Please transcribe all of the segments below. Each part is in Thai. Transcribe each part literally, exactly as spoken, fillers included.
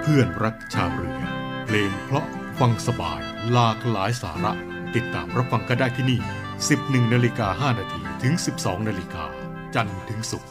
เพื่อนรักชาวเรือเพลงเพราะฟังสบายหลากหลายสาระติดตามรับฟังกันได้ที่นี่ สิบเอ็ดนาฬิกาห้านาทีถึง สิบสองนาฬิกาจันทร์ถึงศุกร์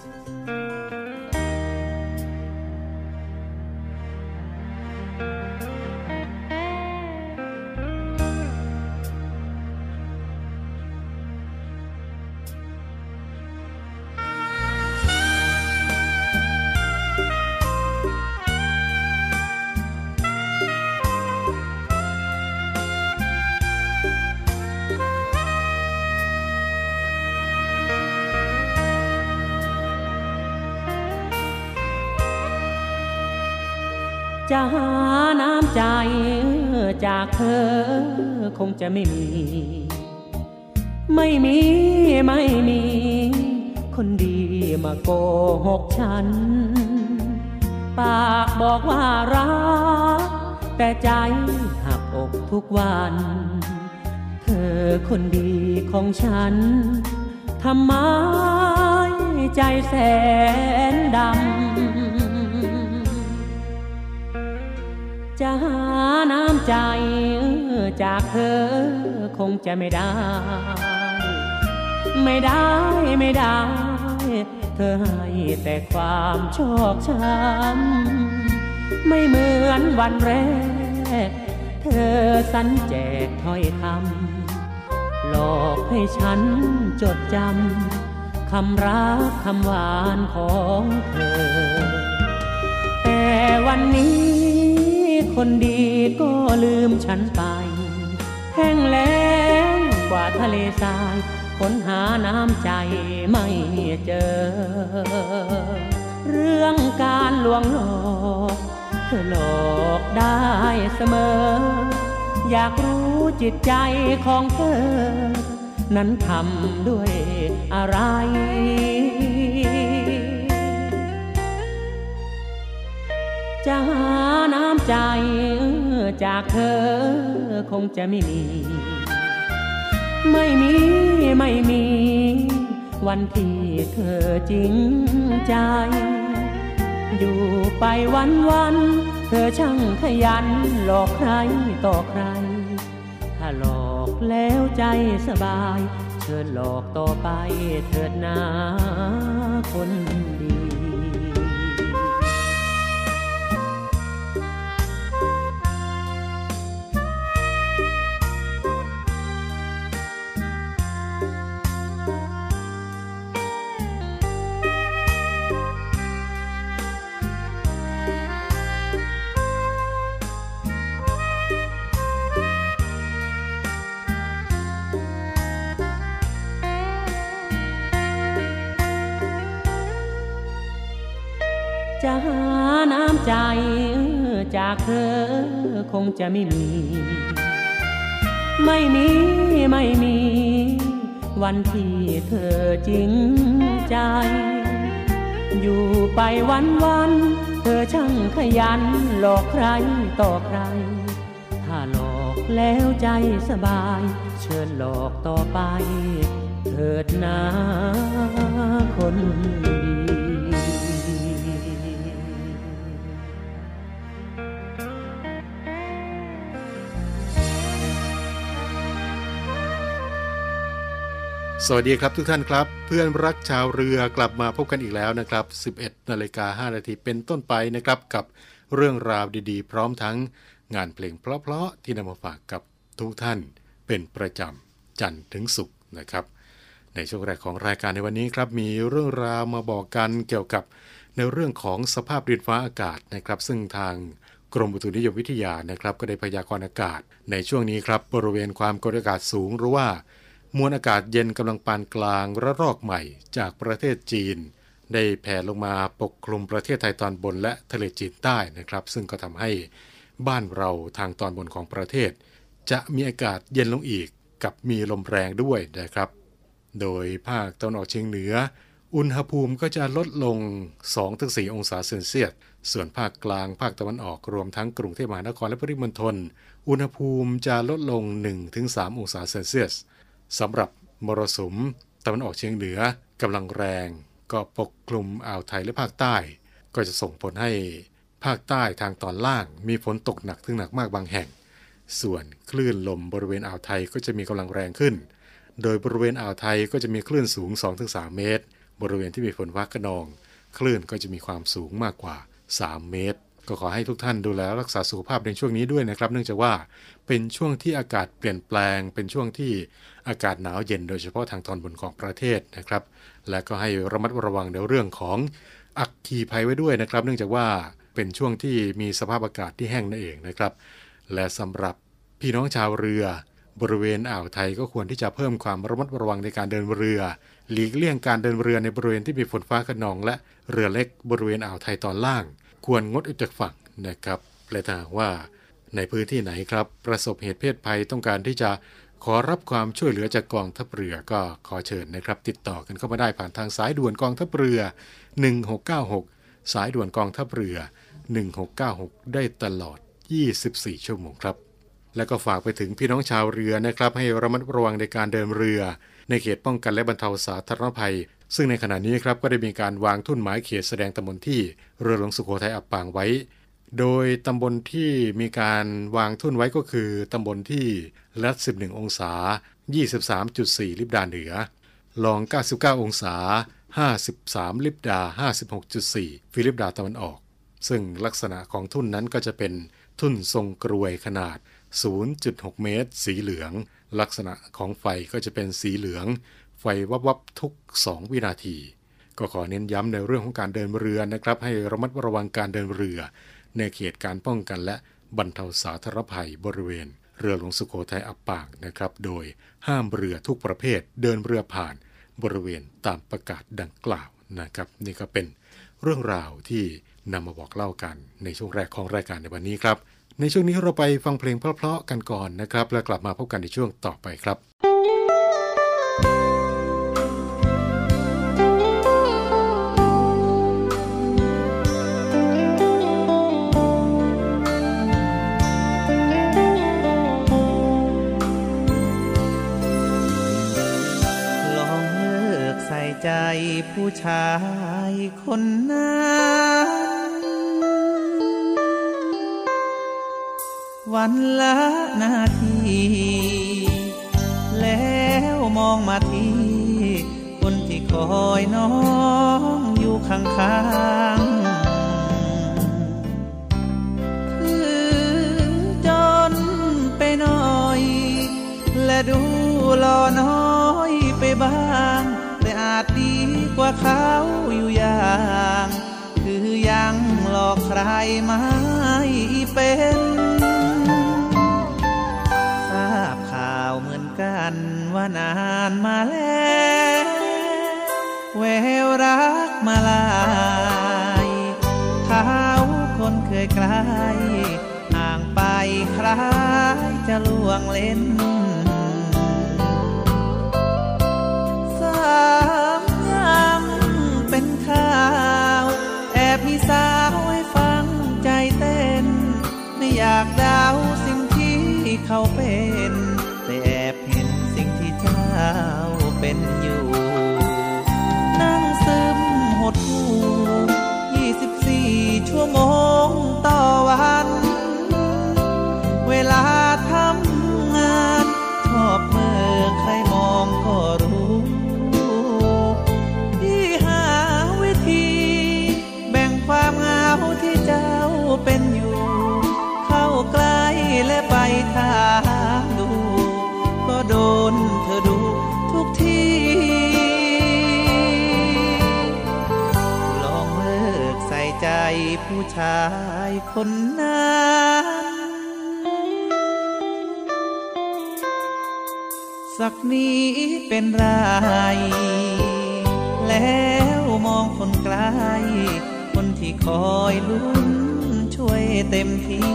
จะหาน้ำใจจากเธอคงจะไม่มีไม่มีไม่มีคนดีมาโกหกฉันปากบอกว่ารักแต่ใจหักอกทุกวันเธอคนดีของฉันทำไมใจแสนดำจะหาน้ำใจจากเธอคงจะไม่ได้ไม่ได้ไม่ได้เธอให้แต่ความชอกช้ำไม่เหมือนวันแรกเธอสัญแจกถ้อยคำหลอกให้ฉันจดจำคำรักคำหวานของเธอแต่วันนี้คนดีก็ลืมฉันไปแห้งแล้งกว่าทะเลทรายค้นหาน้ำใจไม่เจอเรื่องการลวงหลอกเธอหลอกได้เสมออยากรู้จิตใจของเธอนั้นทำด้วยอะไรจะหาน้ำใจจากเธอคงจะไม่มีไม่มีไม่มีวันที่เธอจริงใจอยู่ไปวันวันเธอช่างขยันหลอกใครต่อใครถ้าหลอกแล้วใจสบายเชิญหลอกต่อไปเถิดนะคนดีจะหาน้ำใจจากเธอคงจะไม่มีไม่มีไม่มีวันที่เธอจริงใจอยู่ไปวันวันเธอช่างขยันหลอกใครต่อใครถ้าหลอกแล้วใจสบายเชิญหลอกต่อไปเถิดนะคนดีสวัสดีครับทุกท่านครับเพื่อนรักชาวเรือกลับมาพบกันอีกแล้วนะครับ สิบเอ็ดนาฬิกาห้านาทีเป็นต้นไปนะครับกับเรื่องราวดีๆพร้อมทั้งงานเพลงเพราะๆที่นำมาฝากกับทุกท่านเป็นประจำจันทร์ถึงศุกร์นะครับในช่วงแรกของรายการในวันนี้ครับมีเรื่องราวมาบอกกันเกี่ยวกับในเรื่องของสภาพดินฟ้าอากาศนะครับซึ่งทางกรมอุตุนิยมวิทยานะครับก็ได้พยากรณ์อากาศในช่วงนี้ครับบริเวณความกดอากาศสูงหรือว่ามวลอากาศเย็นกำลังปานกลางระลอกใหม่จากประเทศจีนได้แผ่ลงมาปกคลุมประเทศไทยตอนบนและทะเลจีนใต้นะครับซึ่งก็ทำให้บ้านเราทางตอนบนของประเทศจะมีอากาศเย็นลงอีกกับมีลมแรงด้วยนะครับโดยภาคตะวันออกเฉียงเหนืออุณหภูมิก็จะลดลง สองถึงสี่ องศาเซลเซียสส่วนภาคกลางภาคตะวันออกรวมทั้งกรุงเทพมหานครและปริมณฑลอุณหภูมิจะลดลง หนึ่งถึงสาม องศาเซลเซียสสำหรับมรสุมตะวันออกเฉียงเหนือกำลังแรงก็ปกคลุมอ่าวไทยและภาคใต้ก็จะส่งผลให้ภาคใต้ทางตอนล่างมีฝนตกหนักถึงหนักมากบางแห่งส่วนคลื่นลมบริเวณอ่าวไทยก็จะมีกำลังแรงขึ้นโดยบริเวณอ่าวไทยก็จะมีคลื่นสูง สองถึงสาม เมตรบริเวณที่มีฝนฟ้าคะนองคลื่นก็จะมีความสูงมากกว่าสามเมตรก็ขอให้ทุกท่านดูแลรักษาสุขภาพในช่วงนี้ด้วยนะครับเนื่องจากว่าเป็นช่วงที่อากาศเปลี่ยนแปลงเป็นช่วงที่อากาศหนาวเย็นโดยเฉพาะทางตอนบนของประเทศนะครับและก็ให้ระมัดระวังในเรื่องของอัคคีภัยไว้ด้วยนะครับเนื่องจากว่าเป็นช่วงที่มีสภาพอากาศที่แห้งนั่นเองนะครับและสำหรับพี่น้องชาวเรือบริเวณอ่าวไทยก็ควรที่จะเพิ่มความระมัดระวังในการเดินเรือหลีกเลี่ยงการเดินเรือในบริเวณที่มีฝนฟ้าคะนองและเรือเล็กบริเวณอ่าวไทยตอนล่างควรงดออกจากฝั่งนะครับและถ้าว่าในพื้นที่ไหนครับประสบเหตุเพศภัยต้องการที่จะขอรับความช่วยเหลือจากกองทัพเรือก็ขอเชิญนะครับติดต่อกันเข้ามาได้ผ่านทางสายด่วนกองทัพเรือหนึ่งหกเก้าหกสายด่วนกองทัพเรือหนึ่งหกเก้าหกได้ตลอดยี่สิบสี่ชั่วโมงครับและก็ฝากไปถึงพี่น้องชาวเรือนะครับให้ระมัดระวังในการเดินเรือในเขตป้องกันและบรรเทาสาธารณภัยซึ่งในขณะนี้ครับก็ได้มีการวางทุ่นหมายเขตแสดงตำบลที่เรือหลวงสุโขทัยอับปางไว้โดยตำบลที่มีการวางทุ่นไว้ก็คือตำบลที่ลัดสิบเอ็ดองศา ยี่สิบสามจุดสี่ ลิบดาเหนือลองเก้าสิบเก้าองศา ห้าสิบสาม ลิบดา ห้าสิบหกจุดสี่ ฟิลิปดาตะวันออกซึ่งลักษณะของทุ่นนั้นก็จะเป็นทุ่นทรงกรวยขนาด ศูนย์จุดหก เมตรสีเหลืองลักษณะของไฟก็จะเป็นสีเหลืองไฟวับวับทุกสองวินาทีก็ขอเน้นย้ำในเรื่องของการเดินเรือนะครับให้ระมัดระวังการเดินเรือในเขตการป้องกันและบรรเทาสาธารณภัยบริเวณเรือหลวงสุโขทัยอับปางนะครับโดยห้ามเรือทุกประเภทเดินเรือผ่านบริเวณตามประกาศดังกล่าวนะครับนี่ก็เป็นเรื่องราวที่นำมาบอกเล่ากันในช่วงแรกของรายการในวันนี้ครับในช่วงนี้เราไปฟังเพลงเพราะๆกันก่อนนะครับแล้วกลับมาพบกันในช่วงต่อไปครับใจผู้ชายคนนั้นวันละนาทีแล้วมองมาที่คนที่คอยน้องอยู่ข้างๆคือจนไปหน่อยและดูหล่อน้อยไปบ้างแต่อาจดีกว่าเขาอยู่อย่างคือยังหลอกใครไม่เป็นทราบข่าวเหมือนกันว่านานมาแล้วแววรักมาลายเขาคนเคยใกล้ห่างไปคล้ายจะล่วงเล่นยังเป็นข่าวแอบมีสาวให้ฟังใจเต้นไม่อยากเดาสิ่งที่เขาเป็นแต่แอบเห็นสิ่งที่เจ้าเป็นอยู่นั่งซึมหดหู่ยี่สิบสี่ชั่วโมงต่อวันเวลาทำงานชอบเมื่อใครมองก็รู้ความเหงาที่เจ้าเป็นอยู่เข้าใกล้และไปถามดูก็โดนเธอดูทุกทีลองเลิกใส่ใจผู้ชายคนนั้นสักนี้เป็นไรแล้วมองคนไกลคนที่คอยลุ้นช่วยเต็มที่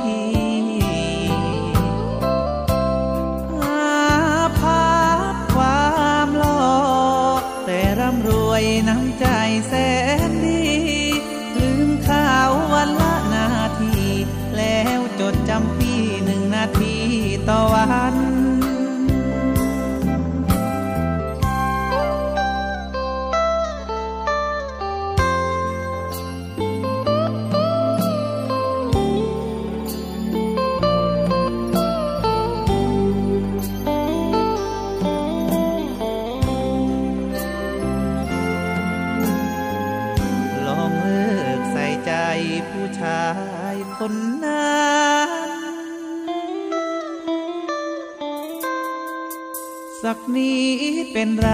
หาภาพความหล่อแต่ร่ำรวยน้ำใจแสนดีลืมข่าววันละนาทีแล้วจดจำปีหนึ่งนาทีต่อวันผู้ชายคนนั้นสักนี้เป็นไร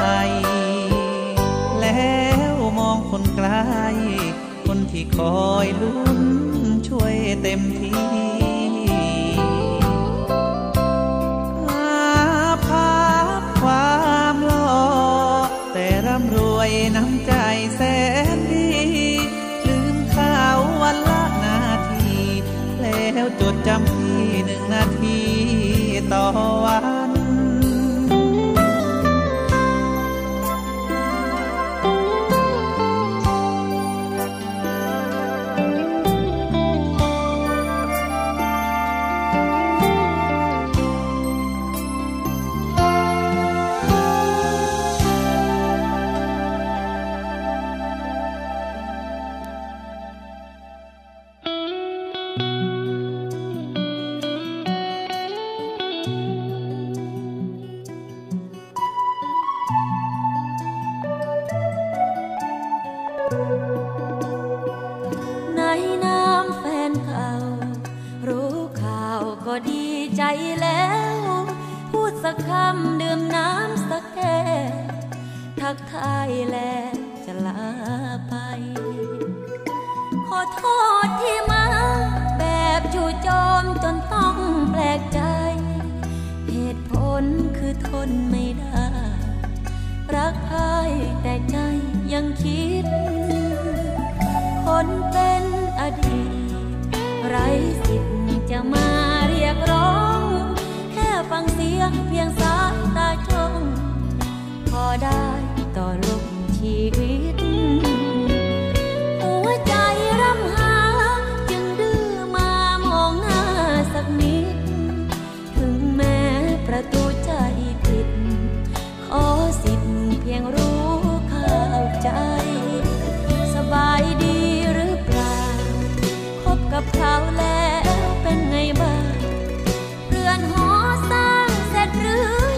แล้วมองคนไกลคนที่คอยลุ้นช่วยเต็มที่หาภาพความหล่อแต่ร่ำรวยน้ำใจแสนดีลืมข่าววันละนาทีแล้วจดจำที่หนึ่งนาทีต่อวันใจแล้วพูดสักคำดื่มน้ำสักแก้วทักทายแล้วจะลาไปขอโทษที่มาแบบจู่โจมจนต้องแปลกใจเหตุผลคือทนไม่ได้รักใครแต่ใจยังคิดคนเป็นอดีตไร้สิทธิ์จะมาเรียกร้องแค่ฟังเสียงเพียงสายตาชมพอได้ต่อลมชีวิตหัวใจรำหาจึงดื้อมามองหน้าสักนิดถึงแม้ประตูใจผิดขอสิทธิ์เพียงรู้เข้าใจสบายดีหรือเปล่าคบกับเขาแล้วเป็นไงบ้างเรือนหอสร้างเสร็จหรือ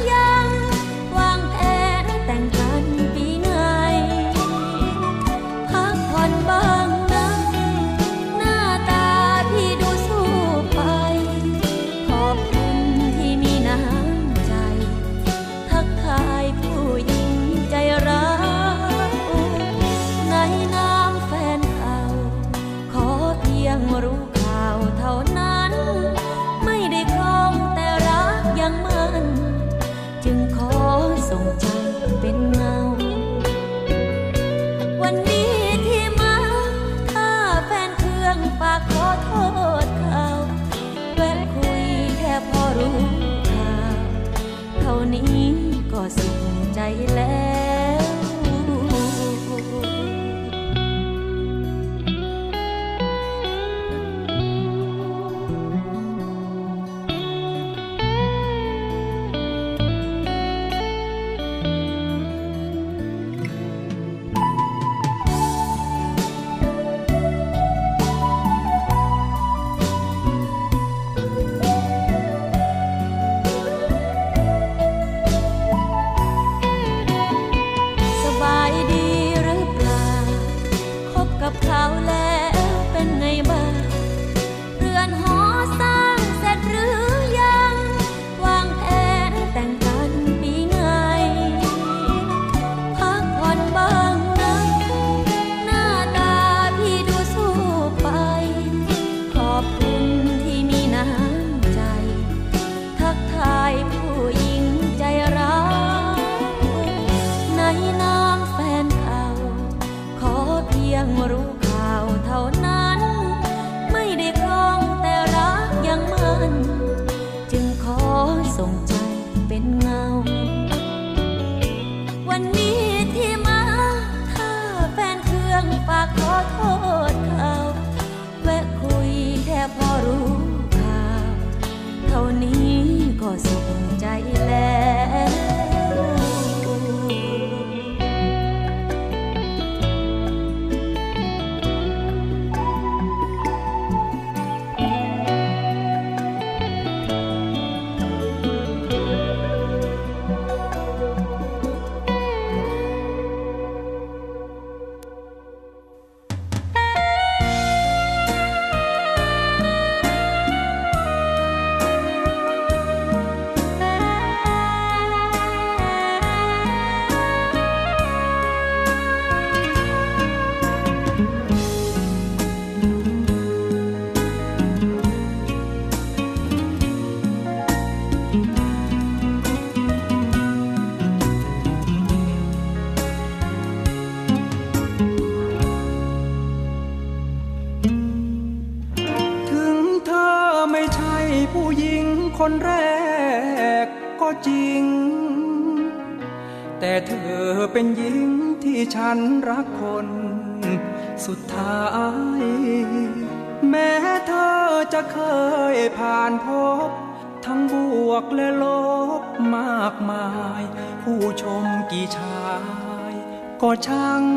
คนแรกก็จริงแต่เธอเป็นหญิงที่ฉันรักคนสุดท้ายแม้เธอจะเคยผ่านพบทั้งบวกและลบมากมายผู้ชมกี่ชายก็ช่าง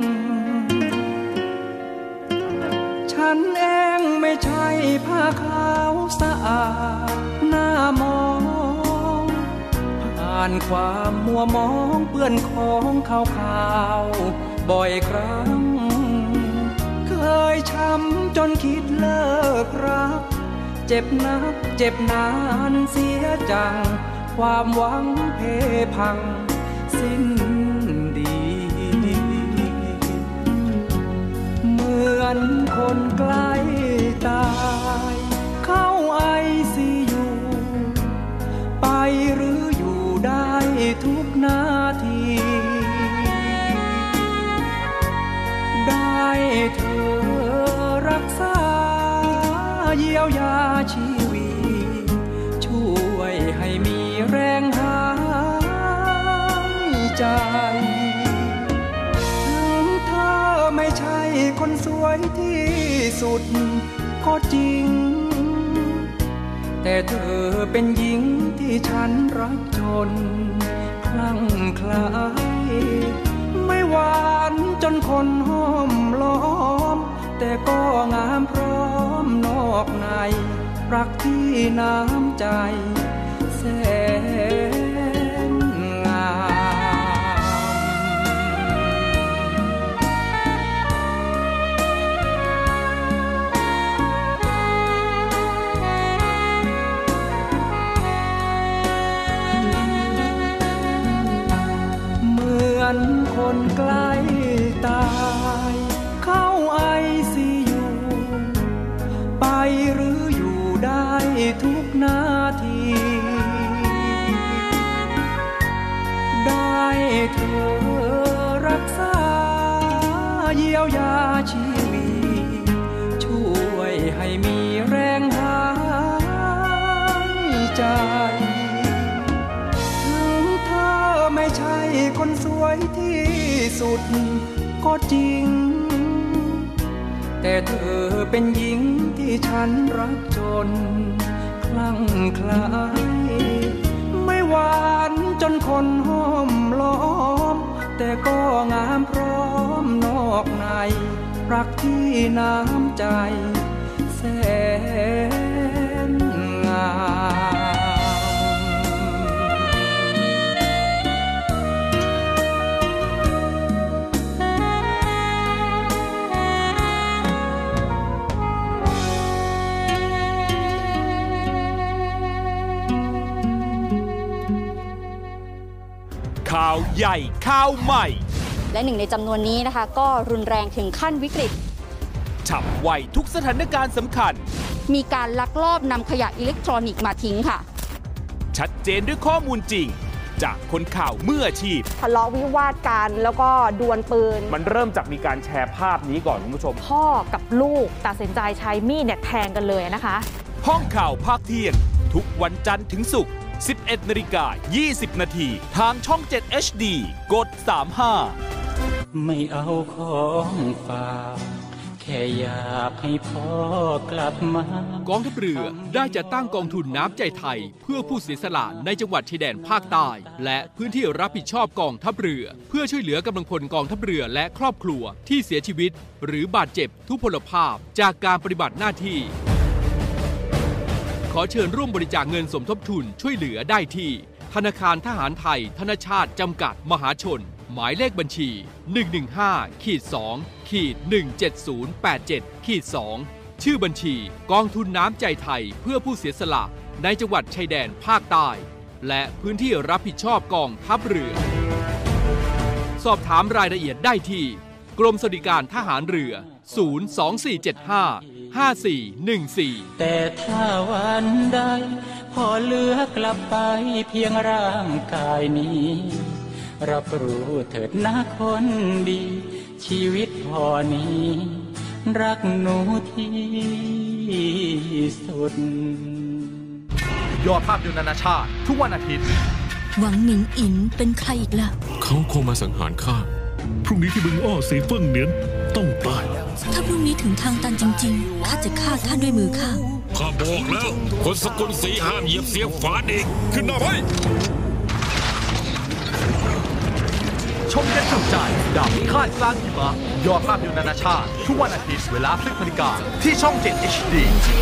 ฉันเองไม่ใช่ผ้าขาวสะอาดหน้ามองผ่านความมัวมองเปื้อนของขาวๆบ่อยครั้งเคยช้ำจนคิดเลิกรักเจ็บนักเจ็บนานเสียจังความหวังเพพังสิ้นดีเหมือนคนใกล้ตายเข้าไอซียูไปหรืออยู่ได้ทุกนาทีได้เธอรักษาเยียวยาชีวิตช่วยให้มีแรงหายใจถึงเธอไม่ใช่คนสวยที่สุดก็จริงแต่เธอเป็นหญิงที่ฉันรักจนคลั่งไคล้ไม่หวานจนคนห้อมล้อมแต่ก็งามพร้อมนอกในรักที่น้ำใจแสนงามเหมือนคนใกล้ตายเข้าไอซียูไปหรืออยู่ได้ทุกนาทีได้เธอรักษาเยียวยาชีวิตช่วยให้มีแรงหายใจถึงเธอไม่ใช่คนสวยที่สุดก็จริงแต่เธอเป็นหญิงที่ฉันรักจนคลั่งไคล้ไม่หวานจนคนห้อมล้อมแต่ก็งามพร้อมนอกในรักที่น้ำใจแสนงามข่าวใหญ่ข่าวใหม่และหนึ่งในจำนวนนี้นะคะก็รุนแรงถึงขั้นวิกฤตฉับไวทุกสถานการณ์สำคัญมีการลักลอบนำขยะอิเล็กทรอนิกส์มาทิ้งค่ะชัดเจนด้วยข้อมูลจริงจากคนข่าวมืออาชีพทะเลาะวิวาทกันแล้วก็ดวลปืนมันเริ่มจากมีการแชร์ภาพนี้ก่อนคุณผู้ชมพ่อกับลูกตัดสินใจใช้มีดเนี่ยแทงกันเลยนะคะห้องข่าวภาคเที่ยงทุกวันจันทร์ถึงศุกร์สิบเอ็ดนาฬิกายี่สิบนาทีทางช่องเจ็ด เอช ดี กดสามสิบห้าไม่เอาของฝากแค่อยากให้พ่อกลับมากองทัพเรือได้จัดตั้งกองทุนน้ำใจไทยเพื่อผู้เสียสละในจังหวัดชายแดนภาคใต้และพื้นที่รับผิดชอบกองทัพเรือเพื่อช่วยเหลือกำลังพลกองทัพเรือและครอบครัวที่เสียชีวิตหรือบาดเจ็บทุพพลภาพจากการปฏิบัติหน้าที่ขอเชิญร่วมบริจาคเงินสมทบทุนช่วยเหลือได้ที่ธนาคารทหารไทยธนชาติจำกัดมหาชนหมายเลขบัญชี หนึ่ง หนึ่ง ห้า สอง หนึ่ง เจ็ด ศูนย์ แปด เจ็ด สอง ชื่อบัญชีกองทุนน้ำใจไทยเพื่อผู้เสียสละในจังหวัดชายแดนภาคใต้และพื้นที่รับผิดชอบกองทัพเรือสอบถามรายละเอียดได้ที่กรมสวัสดิการทหารเรือศูนย์ สอง สี่ เจ็ด ห้า ห้า สี่ หนึ่ง สี่แต่ถ้าวันใดพอเหลือกลับไปเพียงร่างกายนี้รับรู้เถิดนะคนดีชีวิตพอนี้รักหนูที่สุดยอดภาพยนตร์นานาชาติทุกวันอาทิตย์หวังหมิงอินเป็นใครอีกล่ะเขาคงมาสังหารข้าพรุ่งนี้ที่บึงอ้อสีเฟิ่งเหนียนต้องตายถ้าพรุ่งนี้ถึงทางตันจริงๆข้าจะฆ่าท่านด้วยมือข้าข้าบอกแล้วคนสกุลสีห้ามเหยียบเสียงฝาเด็กขึ้นหน้าไว้ชมกันจุใจดาบพิฆาตกลางหิมะยอดภาพยนตร์นานาชาติทุกวันอาทิตย์เวลาสิบนาฬิกาที่ช่องเจ็ด เอช ดี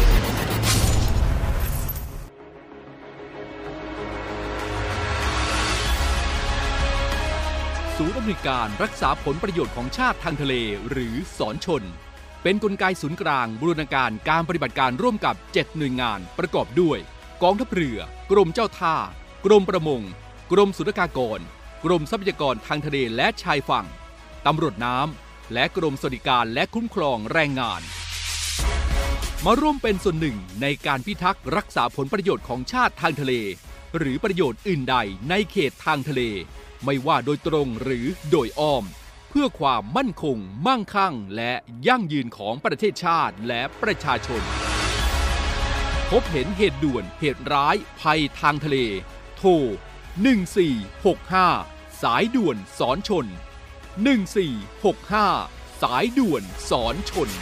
ศูนย์อำนวยการรักษาผลประโยชน์ของชาติทางทะเลหรือศรชนเป็นกลไกศูนย์กลางบูรณาการการปฏิบัติการร่วมกับเจ็ดหน่วยงานประกอบด้วยกองทัพเรือกรมเจ้าท่ากรมประมงกรมศุลกากรกรมทรัพยากรทางทะเลและชายฝั่งตำรวจน้ำและกรมสวัสดิการและคุ้มครองแรงงานมาร่วมเป็นส่วนหนึ่งในการพิทักษ์รักษาผลประโยชน์ของชาติทางทะเลหรือประโยชน์อื่นใดในเขตทางทะเลไม่ว่าโดยตรงหรือโดยอ้อมเพื่อความมั่นคงมั่งคั่งและยั่งยืนของประเทศชาติและประชาชนพบเห็นเหตุด่วนเหตุร้ายภัยทางทะเลโทรหนึ่งสี่หกห้าสายด่วนสอนชนหนึ่งสี่หกห้าสายด่วนสอนชน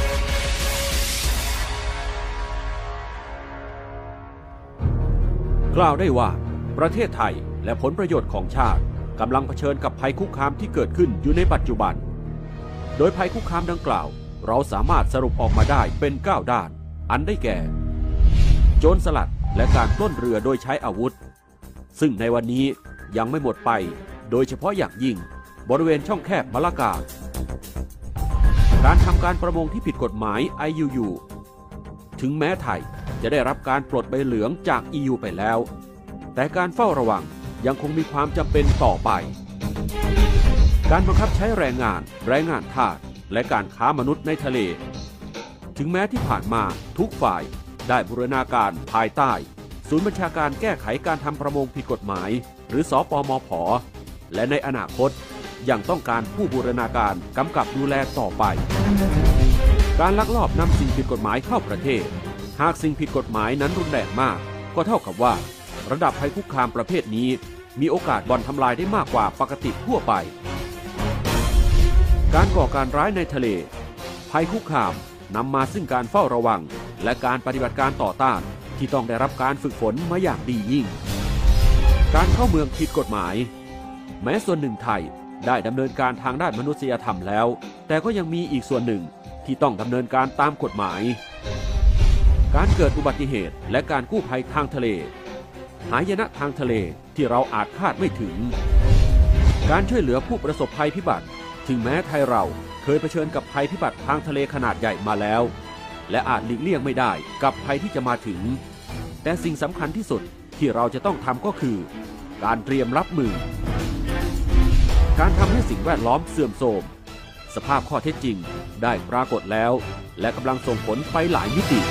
กล่าวได้ว่าประเทศไทยและผลประโยชน์ของชาติกำลังเผชิญกับภัยคุกคามที่เกิดขึ้นอยู่ในปัจจุบันโดยภัยคุกคามดังกล่าวเราสามารถสรุปออกมาได้เป็นเก้าด้านอันได้แก่โจรสลัดและการปล้นเรือโดยใช้อาวุธซึ่งในวันนี้ยังไม่หมดไปโดยเฉพาะอย่างยิ่งบริเวณช่องแคบมะละกาการทำการประมงที่ผิดกฎหมาย ไอ ยู ยู ถึงแม้ไทยจะได้รับการปลดใบเหลืองจาก อี ยู ไปแล้วแต่การเฝ้าระวังยังคงมีความจำเป็นต่อไปการบังคับใช้แรงงานแรงงานทาสและการค้ามนุษย์ในทะเลถึงแม้ที่ผ่านมาทุกฝ่ายได้บูรณาการภายใต้ศูนย์บัญชาการแก้ไขการทำประมงผิดกฎหมายหรือสปมผ.และในอนาคตยังต้องการผู้บูรณาการกำกับดูแลต่อไปการลักลอบนำสิ่งผิดกฎหมายเข้าประเทศหากสิ่งผิดกฎหมายนั้นรุนแรงมากก็เท่ากับว่าระดับภัยคุกคามประเภทนี้มีโอกาสบ่อนทำลายได้มากกว่าปกติทั่วไปการก่อการร้ายในทะเลภัยคุกคามนำมาซึ่งการเฝ้าระวังและการปฏิบัติการต่อต้านที่ต้องได้รับการฝึกฝนมาอย่างดียิ่งการเข้าเมืองผิดกฎหมายแม้ส่วนหนึ่งไทยได้ดำเนินการทางด้านมนุษยธรรมแล้วแต่ก็ยังมีอีกส่วนหนึ่งที่ต้องดำเนินการตามกฎหมายการเกิดอุบัติเหตุและการกู้ภัยทางทะเลหายนะทางทะเลที่เราอาจคาดไม่ถึงการช่วยเหลือผู้ประสบภัยพิบัติถึงแม้ไทยเราเคยเผชิญกับภัยพิบัติทางทะเลขนาดใหญ่มาแล้วและอาจหลีกเลี่ยงไม่ได้กับภัยที่จะมาถึงแต่สิ่งสำคัญที่สุดที่เราจะต้องทำก็คือการเตรียมรับมือการทำให้สิ่งแวดล้อมเสื่อมโทรมสภาพข้อเท็จจริงได้ปรากฏแล้วและกำลังส่งผลไปหลายมิติ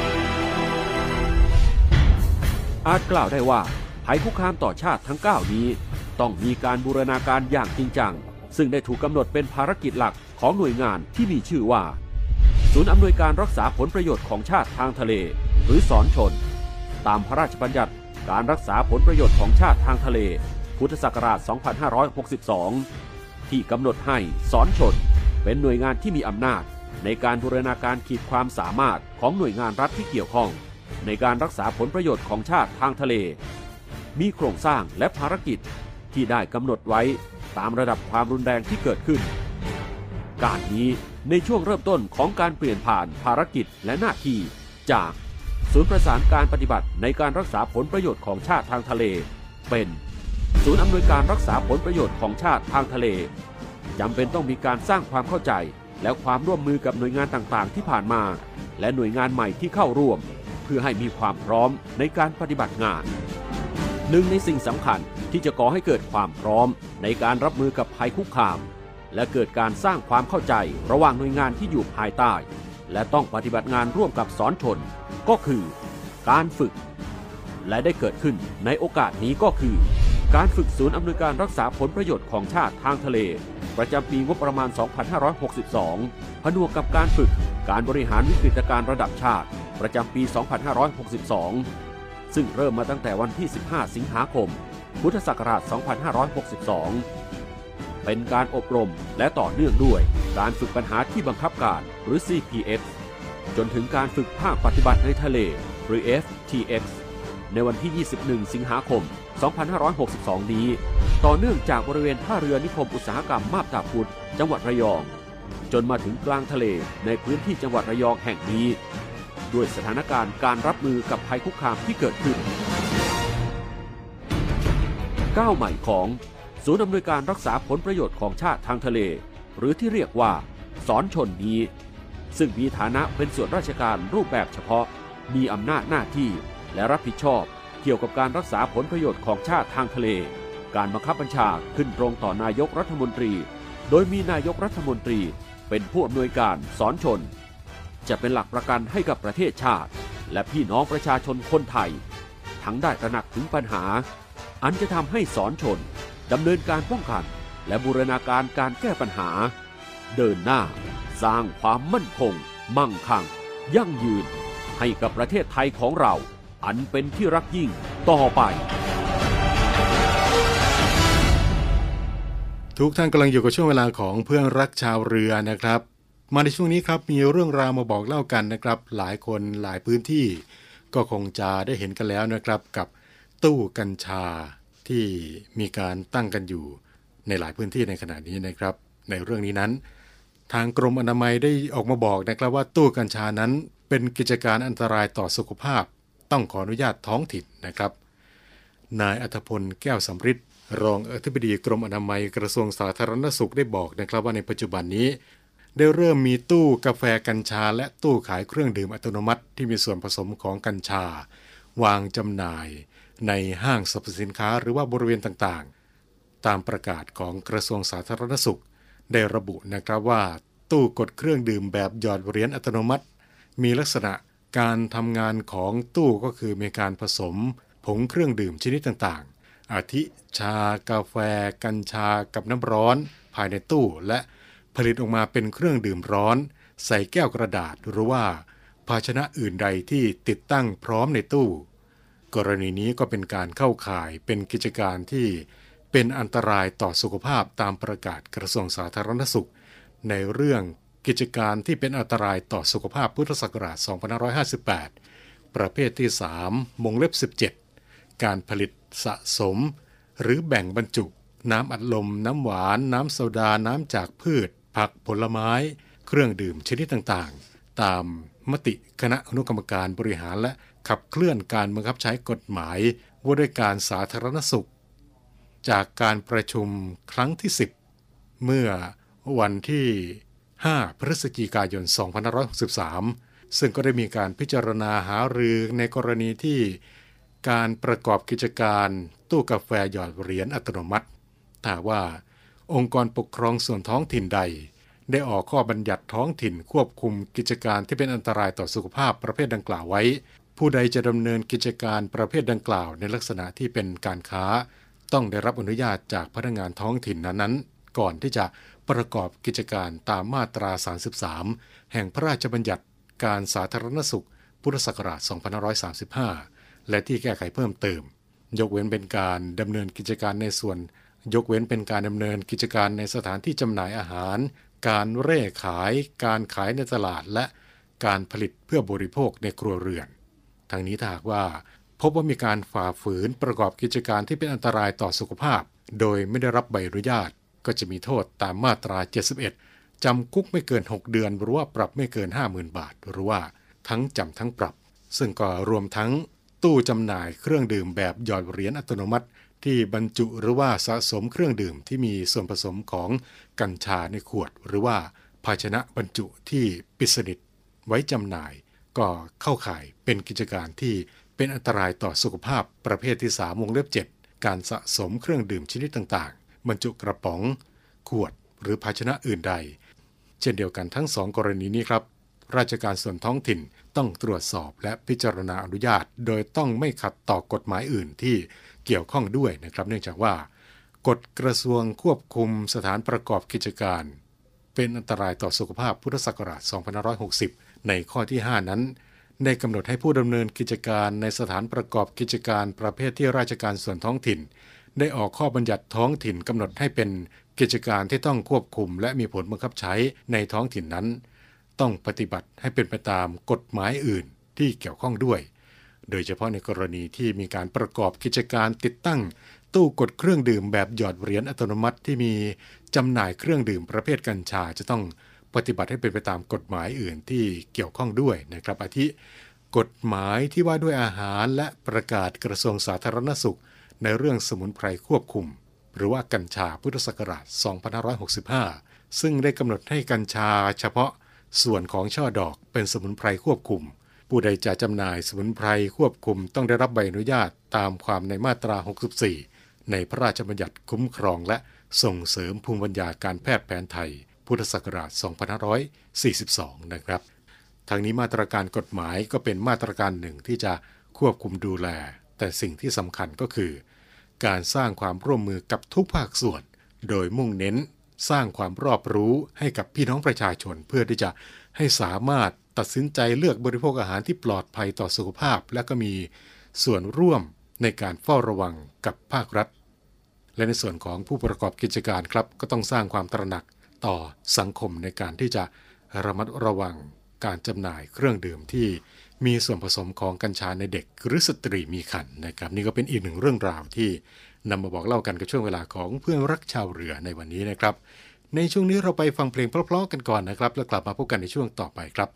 อาจกล่าวได้ว่าภัยคุกคามต่อชาติทั้งเก้านี้ต้องมีการบูรณาการอย่างจริงจังซึ่งได้ถูกกำหนดเป็นภารกิจหลักของหน่วยงานที่มีชื่อว่าศูนย์อำนวยการรักษาผลประโยชน์ของชาติทางทะเลหรือศรชนตามพระราชบัญญัติการรักษาผลประโยชน์ของชาติทางทะเลพุทธศักราช สองพันห้าร้อยหกสิบสอง ที่กำหนดให้ศรชนเป็นหน่วยงานที่มีอำนาจในการบูรณาการขีดความสามารถของหน่วยงานรัฐที่เกี่ยวข้องในการรักษาผลประโยชน์ของชาติทางทะเลมีโครงสร้างและภารกิจที่ได้กำหนดไว้ตามระดับความรุนแรงที่เกิดขึ้นการนี้ในช่วงเริ่มต้นของการเปลี่ยนผ่านภารกิจและหน้าที่จากศูนย์ประสานการปฏิบัติในการรักษาผลประโยชน์ของชาติทางทะเลเป็นศูนย์อำนวยการรักษาผลประโยชน์ของชาติทางทะเลจำเป็นต้องมีการสร้างความเข้าใจและความร่วมมือกับหน่วยงานต่างๆที่ผ่านมาและหน่วยงานใหม่ที่เข้าร่วมเพื่อให้มีความพร้อมในการปฏิบัติงานหนึ่งในสิ่งสำคัญที่จะก่อให้เกิดความพร้อมในการรับมือกับภัยคุกคามและเกิดการสร้างความเข้าใจระหว่างหน่วยงานที่อยู่ภายใต้และต้องปฏิบัติงานร่วมกับศรชนก็คือการฝึกและได้เกิดขึ้นในโอกาสนี้ก็คือการฝึกศูนย์อำนวยการรักษาผลประโยชน์ของชาติทางทะเลประจำปีงบประมาณ สองพันห้าร้อยหกสิบสอง ผนวกกับการฝึกการบริหารวิกฤตการณ์ระดับชาติประจำปี สองพันห้าร้อยหกสิบสองซึ่งเริ่มมาตั้งแต่วันที่สิบห้าสิงหาคมพุทธศักราชสองพันห้าร้อยหกสิบสองเป็นการอบรมและต่อเนื่องด้วยการฝึกปัญหาที่บังคับการหรือ ซี พี เอ็กซ์ จนถึงการฝึกภาคปฏิบัติในทะเลหรือ เอฟ ที เอ็กซ์ ในวันที่ยี่สิบเอ็ดสิงหาคมสองพันห้าร้อยหกสิบสองนี้ต่อเนื่องจากบริเวณท่าเรือนิคมอุตสาหกรรมมาบตาพุธจังหวัดระยองจนมาถึงกลางทะเลในพื้นที่จังหวัดระยองแห่งนี้ด้วยสถานการณ์การรับมือกับภัยคุกคามที่เกิดขึ้นก้าวใหม่ของศูนย์อำนวยการรักษาผลประโยชน์ของชาติทางทะเลหรือที่เรียกว่าศรชนนี้ซึ่งมีฐานะเป็นส่วนราชการรูปแบบเฉพาะมีอำนาจหน้าที่และรับผิดชอบเกี่ยวกับการรักษาผลประโยชน์ของชาติทางทะเลการบังคับบัญชาขึ้นตรงต่อนายกรัฐมนตรีโดยมีนายกรัฐมนตรีเป็นผู้อำนวยการศรชนจะเป็นหลักประกันให้กับประเทศชาติและพี่น้องประชาชนคนไทยทั้งได้ตระหนักถึงปัญหาอันจะทำให้ศรชนดำเนินการป้องกันและบูรณาการการแก้ปัญหาเดินหน้าสร้างความมั่นคงมั่งคั่งยั่งยืนให้กับประเทศไทยของเราอันเป็นที่รักยิ่งต่อไปทุกท่านกำลังอยู่กับช่วงเวลาของเพื่อนรักชาวเรือนะครับมาในช่วงนี้ครับมีเรื่องราวมาบอกเล่ากันนะครับหลายคนหลายพื้นที่ก็คงจะได้เห็นกันแล้วนะครับกับตู้กัญชาที่มีการตั้งกันอยู่ในหลายพื้นที่ในขณะนี้นะครับในเรื่องนี้นั้นทางกรมอนามัยได้ออกมาบอกนะครับว่าตู้กัญชานั้นเป็นกิจการอันตรายต่อสุขภาพต้องขออนุญาตท้องถิ่นนะครับนายอัธพลแก้วสำริดรองอธิบดีกรมอนามัยกระทรวงสาธารณสุขได้บอกนะครับว่าในปัจจุบันนี้ได้เริ่มมีตู้กาแฟกัญชาและตู้ขายเครื่องดื่มอัตโนมัติที่มีส่วนผสมของกัญชาวางจำหน่ายในห้างสรรพสินค้าหรือว่าบริเวณต่างๆตามประกาศของกระทรวงสาธารณสุขได้ระบุนะครับว่าตู้กดเครื่องดื่มแบบหยอดเหรียญอัตโนมัติมีลักษณะการทำงานของตู้ก็คือมีการผสมผงเครื่องดื่มชนิดต่างๆอาทิชากาแฟกัญชากับน้ำร้อนภายในตู้และผลิตออกมาเป็นเครื่องดื่มร้อนใส่แก้วกระดาษหรือว่าภาชนะอื่นใดที่ติดตั้งพร้อมในตู้กรณีนี้ก็เป็นการเข้าข่ายเป็นกิจการที่เป็นอันตรายต่อสุขภาพตามประกาศกระทรวงสาธารณสุขในเรื่องกิจการที่เป็นอันตรายต่อสุขภาพพุทธศักราชสองพันห้าร้อยห้าสิบแปดประเภทที่สามวงเล็บสิบเจ็ดการผลิตสะสมหรือแบ่งบรรจุน้ำอัดลมน้ำหวานน้ำโซดาน้ำจากพืชผักผลไม้เครื่องดื่มชนิดต่างๆตามมติคณะอนุกรรมการบริหารและขับเคลื่อนการบังคับใช้กฎหมายว่าด้วยการสาธารณสุขจากการประชุมครั้งที่สิบเมื่อวันที่ห้าพฤศจิกายนสองพันห้าร้อยหกสิบสามซึ่งก็ได้มีการพิจารณาหารือในกรณีที่การประกอบกิจการตู้กาแฟหยอดเหรียญอัตโนมัติถ้าว่าองค์กรปกครองส่วนท้องถิ่นใดได้ออกข้อบัญญัติท้องถิ่นควบคุมกิจการที่เป็นอันตรายต่อสุขภาพประเภทดังกล่าวไว้ผู้ใดจะดำเนินกิจการประเภทดังกล่าวในลักษณะที่เป็นการค้าต้องได้รับอนุญาตจากพนักงานท้องถิ่นนั้นๆก่อนที่จะประกอบกิจการตามมาตราสามสิบสามแห่งพระราชบัญญัติการสาธารณสุขพุทธศักราชสองพันห้าร้อยสามสิบห้าและที่แก้ไขเพิ่มเติมยกเว้นเป็นการดำเนินกิจการในส่วนยกเว้นเป็นการดำเนินกิจการในสถานที่จำหน่ายอาหารการเร่ขายการขายในตลาดและการผลิตเพื่อบริโภคในครัวเรือนทั้งนี้ถ้าหากว่าพบว่ามีการฝ่าฝืนประกอบกิจการที่เป็นอันตรายต่อสุขภาพโดยไม่ได้รับใบอนุญาตก็จะมีโทษตามมาตราเจ็ดสิบเอ็ดจำคุกไม่เกินหกเดือนหรือว่าปรับไม่เกิน ห้าหมื่น บาทหรือว่าทั้งจำทั้งปรับซึ่งก็รวมทั้งตู้จำหน่ายเครื่องดื่มแบบหยอดเหรียญอัตโนมัติที่บรรจุหรือว่าสะสมเครื่องดื่มที่มีส่วนผสมของกัญชาในขวดหรือว่าภาชนะบรรจุที่ปิดสนิทไว้จำหน่ายก็เข้าข่ายเป็นกิจการที่เป็นอันตรายต่อสุขภาพประเภทที่สามวงเล็บเจ็ดการสะสมเครื่องดื่มชนิดต่างๆบรรจุกระป๋องขวดหรือภาชนะอื่นใดเช่นเดียวกันทั้งสองกรณีนี้ครับราชการส่วนท้องถิ่นต้องตรวจสอบและพิจารณาอนุญาตโดยต้องไม่ขัดต่อกฎหมายอื่นที่เกี่ยวข้องด้วยนะครับเนื่องจากว่ากฎกระทรวงควบคุมสถานประกอบกิจการเป็นอันตรายต่อสุขภาพพุทธศักราชสองพันห้าร้อยหกสิบในข้อที่ห้านั้นได้กำหนดให้ผู้ดำเนินกิจการในสถานประกอบกิจการประเภทที่ราชการส่วนท้องถิ่นได้ออกข้อบัญญัติท้องถิ่นกำหนดให้เป็นกิจการที่ต้องควบคุมและมีผลบังคับใช้ในท้องถิ่นนั้นต้องปฏิบัติให้เป็นไปตามกฎหมายอื่นที่เกี่ยวข้องด้วยโดยเฉพาะในกรณีที่มีการประกอบกิจการติดตั้งตู้กดเครื่องดื่มแบบหยอดเหรียญอัตโนมัติที่มีจำหน่ายเครื่องดื่มประเภทกัญชาจะต้องปฏิบัติให้เป็นไปตามกฎหมายอื่นที่เกี่ยวข้องด้วยนะครับอาทิกฎหมายที่ว่าด้วยอาหารและประกาศกระทรวงสาธารณสุขในเรื่องสมุนไพรควบคุมหรือว่ากัญชาพุทธศักราชสองพันห้าร้อยหกสิบห้าซึ่งได้กำหนดให้กัญชาเฉพาะส่วนของช่อดอกเป็นสมุนไพรควบคุมผู้ใดจะจำหน่ายสมุนไพรควบคุมต้องได้รับใบอนุญาตตามความในมาตราหกสิบสี่ในพระราชบัญญัติคุ้มครองและส่งเสริมภูมิปัญญาการแพทย์แผนไทยพุทธศักราชสองพันห้าร้อยสี่สิบสองนะครับทางนี้มาตรการกฎหมายก็เป็นมาตรการหนึ่งที่จะควบคุมดูแลแต่สิ่งที่สำคัญก็คือการสร้างความร่วมมือกับทุกภาคส่วนโดยมุ่งเน้นสร้างความรอบรู้ให้กับพี่น้องประชาชนเพื่อที่จะให้สามารถตัดสินใจเลือกบริโภคอาหารที่ปลอดภัยต่อสุขภาพและก็มีส่วนร่วมในการเฝ้าระวังกับภาครัฐและในส่วนของผู้ประกอบกิจการครับก็ต้องสร้างความตระหนักต่อสังคมในการที่จะระมัดระวังการจำหน่ายเครื่องดื่มที่มีส่วนผสมของกัญชาในเด็กหรือสตรีมีครรภ์นะครับนี่ก็เป็นอีกหนึ่งเรื่องราวที่นำมาบอกเล่ากันกับช่วงเวลาของเพื่อนรักชาวเรือในวันนี้นะครับในช่วงนี้เราไปฟังเพลงเพราะๆกันก่อนนะครับแล้วกลับมาพบกันในช่วงต่อไปครับ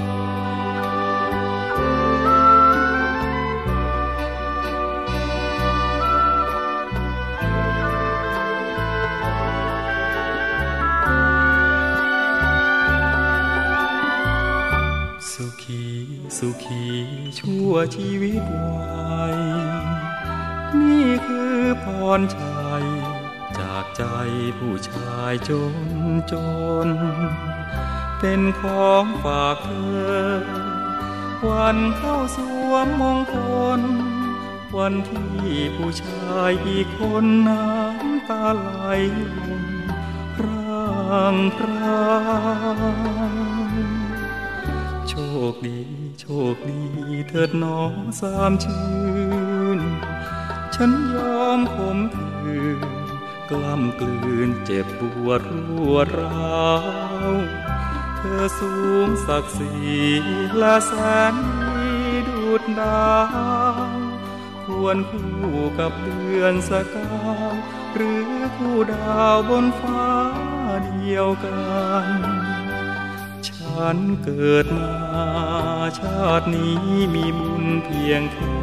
สุขีสุขีชั่วชีวิตวัยนี่คือพรชัยจากใจผู้ชายจนจนเป็นของฝากเธอวันเข้าสวมมงคลวันที่ผู้ชายอีกคนน้ำตาไหลพร่างพรางโชคดีโชคดีเถิดน้องสามชื่นฉันยอมขมขื่นกล้ำกลืนเจ็บปวดรวดร้าวเธอสูงศักดิ์ศรีและแสนดีดูดดาวควรคู่กับเดือนสกาวหรือคู่ดาวบนฟ้าเดียวกันฉันเกิดมาชาตินี้มีบุญเพียงแค่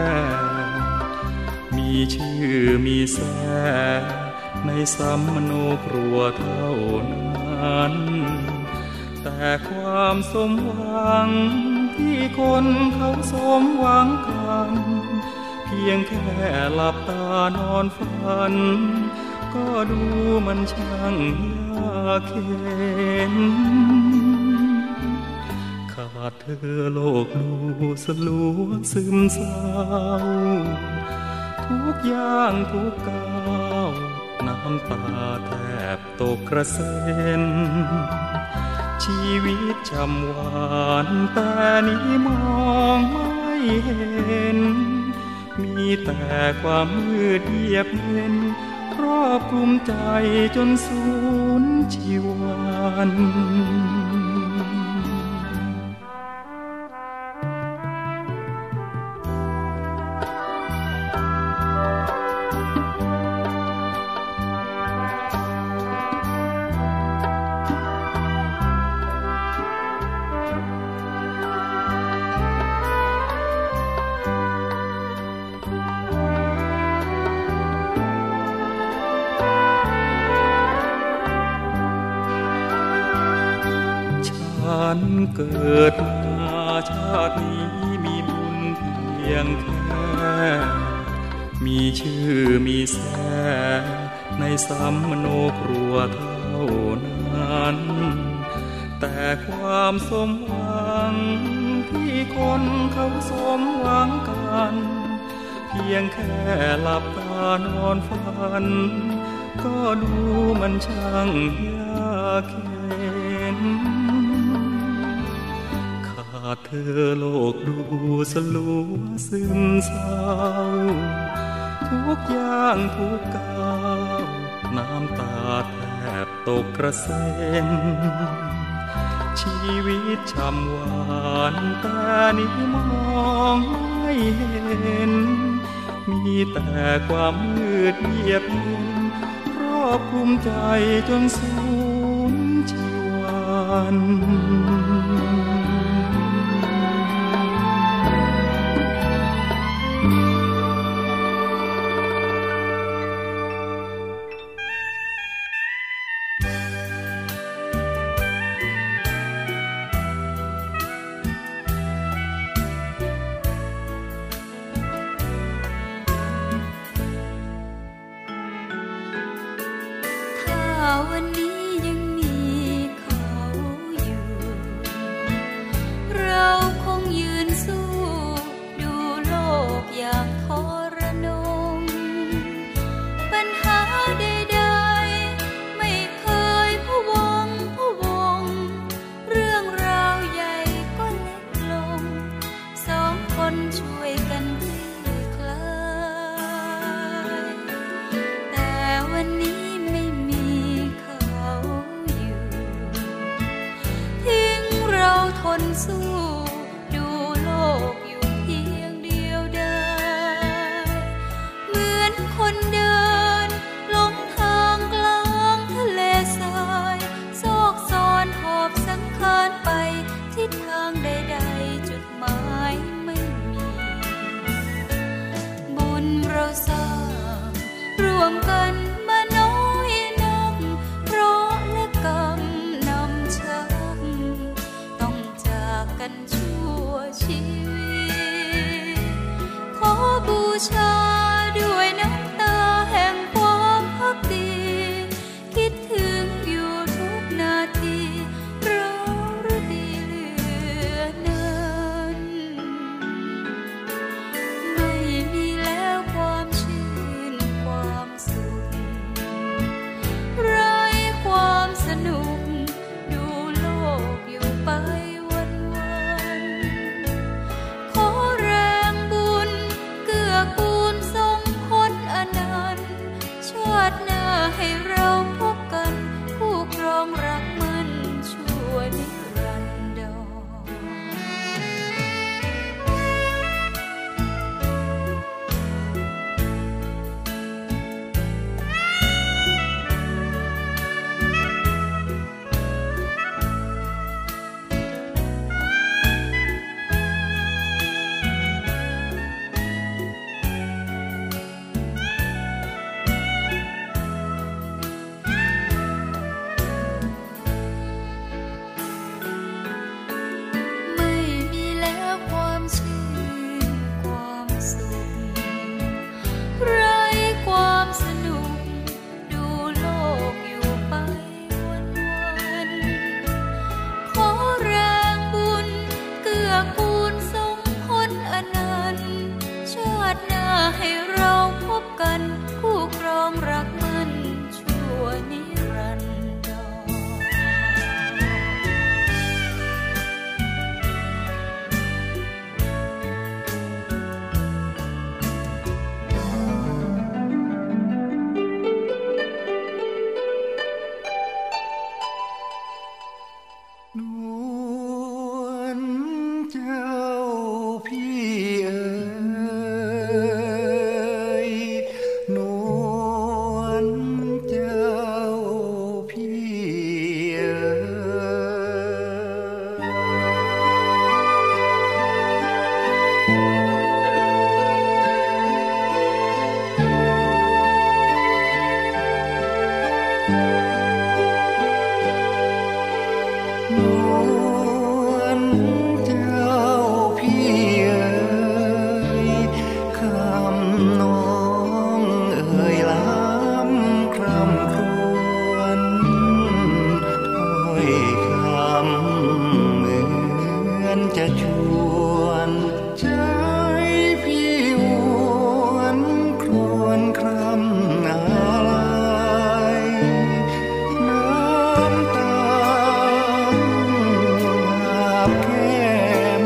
มีชื่อมีแสในสัมมโนครัวเท่านั้นแต่ความสมหวังที่คนเขาสมหวังกันเพียงแค่หลับตานอนฝันก็ดูมันช่างยากเข็นขาดเธอโลกดูสลัวซึมเศร้าทุกอย่างทุกก้าวน้ำตาแทบตกกระเซ็นชีวิตจำหวานแต่นี้มองไม่เห็นมีแต่ความมืดเหยียบเย็นครอบคลุมใจจนสูญชีวันฉันเกิดมาชาตินี้มีบุญเพียงแค่มีชื่อมีแสในสัมมโนครัวเท่านั้นแต่ความสมหวังที่คนเขาสมหวังกันเพียงแค่หลับตานอนฝันก็ดูมันช่างยากเข็นขาดเธอโลกดูสลัวซึมเศร้าทุกอย่างทุกก้าวน้ำตาแทบตกกระเซ็นชีวิตช่ำหวานแต่นี้มองไม่เห็นมีแต่ความมืดเยียบเย็นครอบคลุมใจจนสูญชีวันแก้ม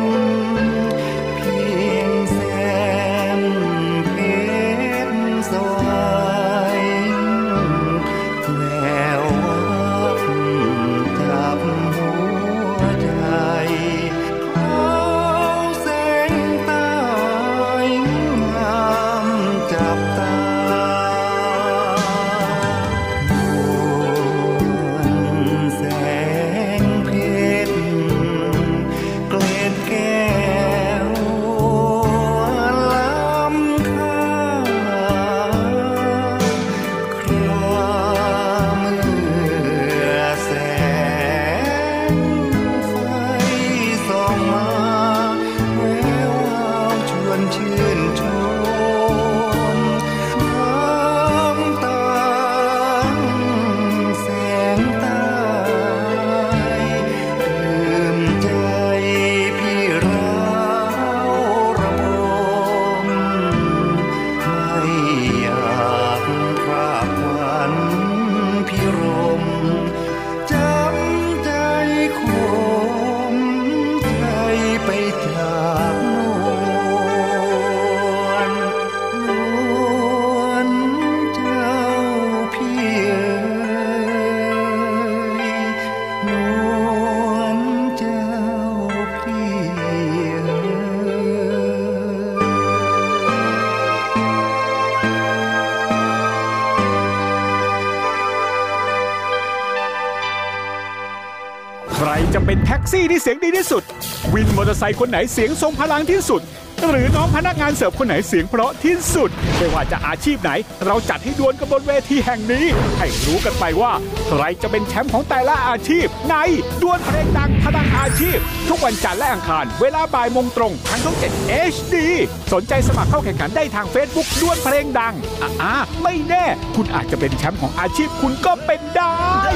เป็นแท็กซี่ที่เสียงดีที่สุดวินมอเตอร์ไซค์คนไหนเสียงทรงพลังที่สุดหรือน้องพนักงานเสิร์ฟคนไหนเสียงเพราะที่สุดไม่ว่าจะอาชีพไหนเราจัดให้ดวลกันบนเวทีแห่งนี้ให้รู้กันไปว่าใครจะเป็นแชมป์ของแต่ละอาชีพในดวลเพลงดังพลังอาชีพทุกวันจันทร์และอังคารเวลาบ่ายโมงตรงทางช่องเจ็ด เอช ดี สนใจสมัครเข้าแข่งขันได้ทาง Facebook ดวลเพลงดังอ่าไม่แน่คุณอาจจะเป็นแชมป์ของอาชีพคุณก็เป็นได้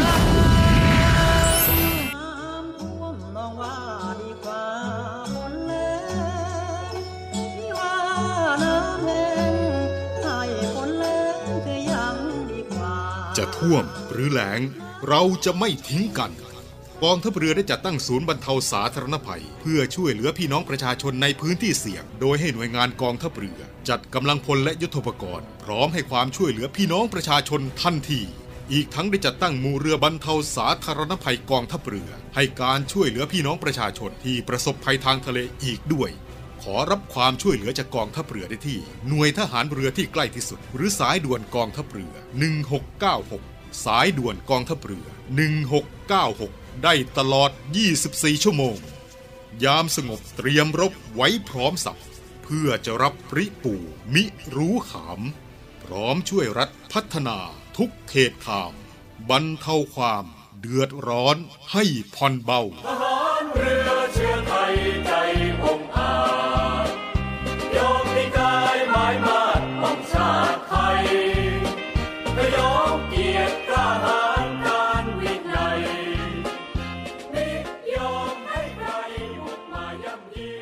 จะท่วมหรือแล้งเราจะไม่ทิ้งกันกองทัพเรือได้จัดตั้งศูนย์บรรเทาสาธารณภัยเพื่อช่วยเหลือพี่น้องประชาชนในพื้นที่เสี่ยงโดยให้หน่วยงานกองทัพเรือจัดกำลังพลและยุทโธปกรณ์พร้อมให้ความช่วยเหลือพี่น้องประชาชนทันทีอีกทั้งได้จัดตั้งหมู่เรือบรรเทาสาธารณภัยกองทัพเรือให้การช่วยเหลือพี่น้องประชาชนที่ประสบภัยทางทะเลอีกด้วยขอรับความช่วยเหลือจากกองทัพเรือได้ที่หน่วยทหารเรือที่ใกล้ที่สุดหรือสายด่วนกองทัพเรือหนึ่งหกเก้าหกสายด่วนกองทัพเรือหนึ่งหกเก้าหกได้ตลอดยี่สิบสี่ชั่วโมงยามสงบเตรียมรบไว้พร้อมสับเพื่อจะรับปริปู่มิรู้ขามพร้อมช่วยรัฐพัฒนาทุกเขตขามบรรเทาความเดือดร้อนให้ผ่อนเบาทหารเรือเชื้อไทยใจองอาจยอมมีกายหมายมาดป้องชาติไทยและยอมเกียรติกล้าหาญการวินัยมิยอมให้ใครบุกมาย่ำยี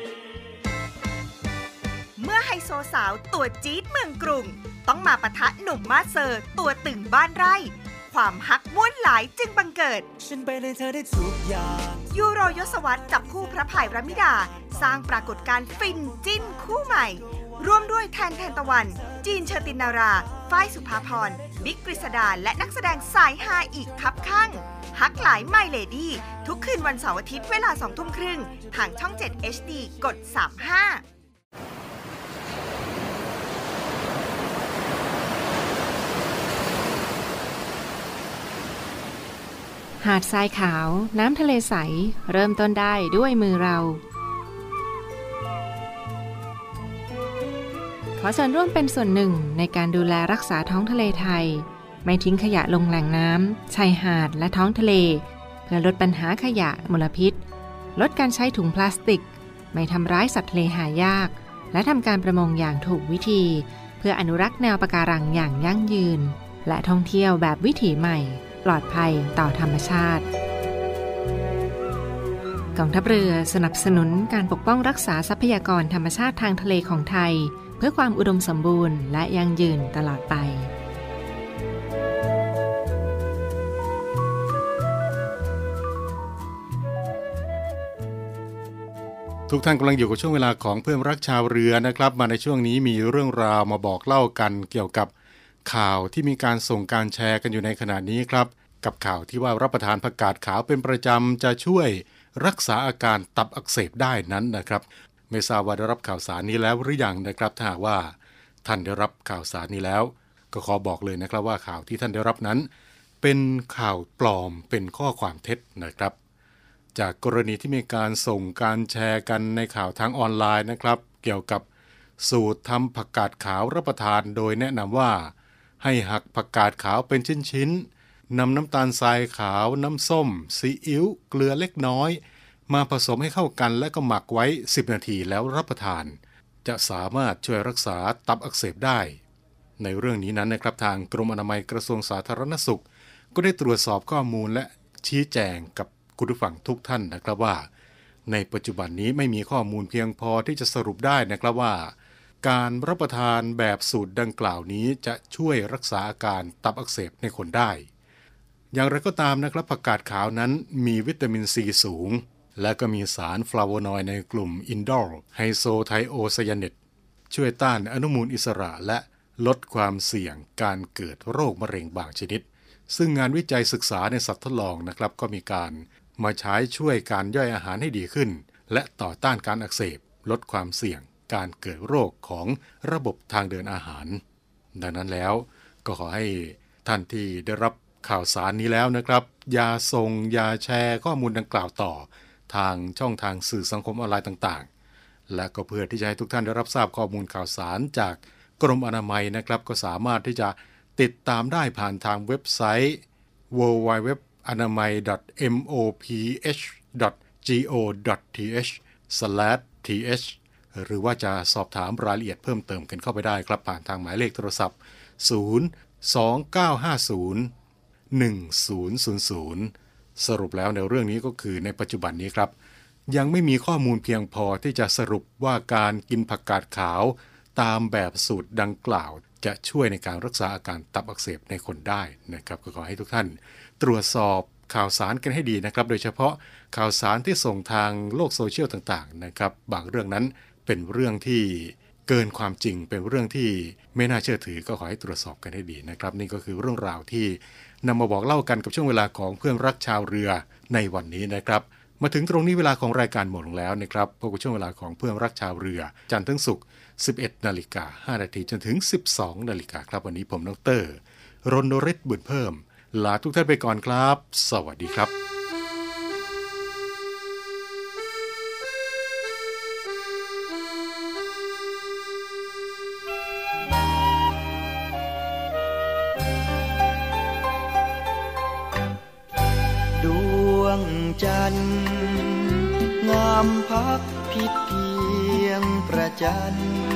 เมื่อไฮโซสาวตัวจี๊ดเมืองกรุงต้องมาปะทะหนุ่มมาเซอร์ตัวตึงบ้านไร่ความฮักม้วนหลายจึงบังเกิดฉันไปในเธอได้ทุกอย่างยูโรยศวรรษจับคู่พระไผ่รมิดาสร้างปรากฏการณ์ฟินจิ้นคู่ใหม่ร่วมด้วยแทนแทนตะวันจีนเชอตินาราฝ้ายสุภาพรบิ๊กกฤษดาและนักแสดงสายฮาอีกคับข้างฮักหลายไมเลดี้ทุกคืนวันเสาร์อาทิตย์เวลาสองทุ่มครึ่งทางช่องเจ็ด เอช ดี กดสามสิบห้าหาดทรายขาวน้ำทะเลใสเริ่มต้นได้ด้วยมือเราขอเชิญร่วมเป็นส่วนหนึ่งในการดูแลรักษาท้องทะเลไทยไม่ทิ้งขยะลงแหล่งน้ำชายหาดและท้องทะเลเพื่อลดปัญหาขยะมลพิษลดการใช้ถุงพลาสติกไม่ทำร้ายสัตว์ทะเลหายากและทำการประมงอย่างถูกวิธีเพื่ออนุรักษ์แนวปะการังอย่างยั่งยืนและท่องเที่ยวแบบวิถีใหม่ปลอดภัยต่อธรรมชาติกองทัพเรือสนับสนุนการปกป้องรักษาทรัพยากรธรรมชาติทางทะเลของไทยเพื่อความอุดมสมบูรณ์และยั่งยืนตลอดไปทุกท่านกำลังอยู่กับช่วงเวลาของเพื่อนรักชาวเรือนะครับมาในช่วงนี้มีเรื่องราวมาบอกเล่ากันเกี่ยวกับข่าวที่มีการส่งการแชร์กันอยู่ในขณะนี้ครับกับข่าวที่ว่ารับประทานผักกาดขาวเป็นประจำจะช่วยรักษาอาการตับอักเสบได้นั้นนะครับไม่ทราบว่าได้รับข่าวสารนี้แล้วหรือยังนะครับถ้าหากว่าท่านได้รับข่าวสารนี้แล้วก็ขอบอกเลยนะครับว่าข่าวที่ท่านได้รับนั้นเป็นข่าวปลอมเป็นข้อความเท็จนะครับจากกรณีที่มีการส่งการแชร์กันในข่าวทางออนไลน์นะครับเกี่ยวกับสูตรทำผักกาดขาวรับประทานโดยแนะนำว่าให้หักผักกาดขาวเป็นชิ้นๆนำน้ำตาลทรายขาวน้ำส้มซีอิ๊วเกลือเล็กน้อยมาผสมให้เข้ากันและก็หมักไว้สิบนาทีแล้วรับประทานจะสามารถช่วยรักษาตับอักเสบได้ในเรื่องนี้นั้นนะครับทางกรมอนามัยกระทรวงสาธารณสุขก็ได้ตรวจสอบข้อมูลและชี้แจงกับคุณผู้ฟังทุกท่านนะครับว่าในปัจจุบันนี้ไม่มีข้อมูลเพียงพอที่จะสรุปได้นะครับว่าการรับประทานแบบสูตรดังกล่าวนี้จะช่วยรักษาอาการตับอักเสบในคนได้อย่างไรก็ตามนะครับผักกาดขาวนั้นมีวิตามินซีสูงและก็มีสารฟลาโวนอยด์ในกลุ่มอินดอลไฮโซไทโอไซยาเนตช่วยต้านอนุมูลอิสระและลดความเสี่ยงการเกิดโรคมะเร็งบางชนิดซึ่งงานวิจัยศึกษาในสัตว์ทดลองนะครับก็มีการมาใช้ช่วยการย่อยอาหารให้ดีขึ้นและต่อต้านการอักเสบลดความเสี่ยงการเกิดโรคของระบบทางเดินอาหารดังนั้นแล้วก็ขอให้ท่านที่ได้รับข่าวสารนี้แล้วนะครับอย่าส่งอย่าแชร์ข้อมูลดังกล่าวต่อทางช่องทางสื่อสังคมออนไลน์ต่างๆและก็เพื่อที่จะให้ทุกท่านได้รับทราบข้อมูลข่าวสารจากกรมอนามัยนะครับก็สามารถที่จะติดตามได้ผ่านทางเว็บไซต์ ดับเบิลยู ดับเบิลยู ดับเบิลยู ดอท อนามัย ดอท เอ็ม โอ พี เอช ดอท จี โอ ดอท ที เอช สแลช ที เอช หรือว่าจะสอบถามรายละเอียดเพิ่มเติมกันเข้าไปได้ครับผ่านทางหมายเลขโทรศัพท์ศูนย์ สอง เก้า ห้า ศูนย์ หนึ่ง ศูนย์ ศูนย์ ศูนย์สรุปแล้วในเรื่องนี้ก็คือในปัจจุบันนี้ครับยังไม่มีข้อมูลเพียงพอที่จะสรุปว่าการกินผักกาดขาวตามแบบสูตรดังกล่าวจะช่วยในการรักษาอาการตับอักเสบในคนได้นะครับก็ขอให้ทุกท่านตรวจสอบข่าวสารกันให้ดีนะครับโดยเฉพาะข่าวสารที่ส่งทางโลกโซเชียลต่างๆนะครับบางเรื่องนั้นเป็นเรื่องที่เกินความจริงเป็นเรื่องที่ไม่น่าเชื่อถือก็ขอให้ตรวจสอบกันให้ดีนะครับนี่ก็คือเรื่องราวที่นำมาบอกเล่ากันกับช่วงเวลาของเพื่อนรักชาวเรือในวันนี้นะครับมาถึงตรงนี้เวลาของรายการหมดลงแล้วนะครับพบกับช่วงเวลาของเพื่อนรักชาวเรือจันทร์ถึงศุกร์ สิบเอ็ดนาฬิกาห้านาทีจนถึง สิบสองนาฬิกาครับวันนี้ผมดร.รณฤทธิ์บุญเพิ่มลาทุกท่านไปก่อนครับสวัสดีครับดวงจันทร์งามพักผิดเพียงประจัน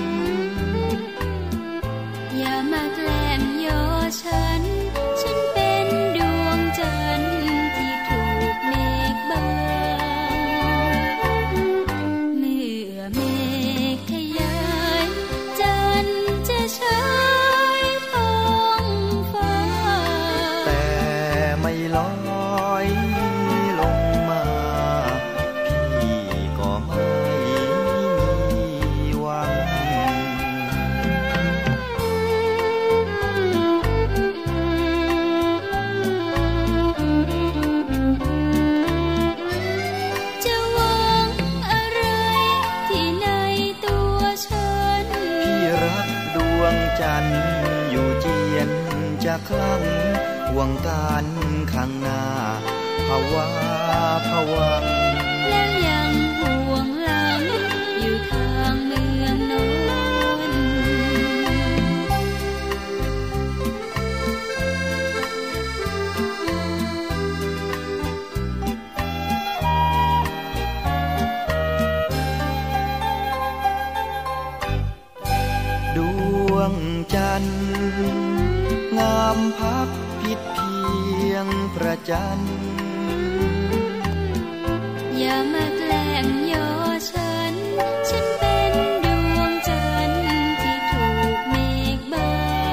อย่ามาแกล้งย่อฉันฉันเป็นดวงจันทร์ที่ถูกเมฆบังเมื่อเมฆขยายจันทร์จะฉายท้องฟ้าแต่ไม่ลอยลงมาพี่ก็ไม่มีหวังจะหวังอะไรที่ในตัวฉันพี่รักดวงจันทร์อยู่เจียนจะคลั่งห่วงการข้างหน้าภาวะผวังแล้วยังห่วงหลังอยู่ทางเมืองโน้นดวงจันทร์งามพักผิดเพียงประจันอย่ามาแกล้งย่อฉันฉันเป็นดวงจันทร์ที่ถูกเมฆบั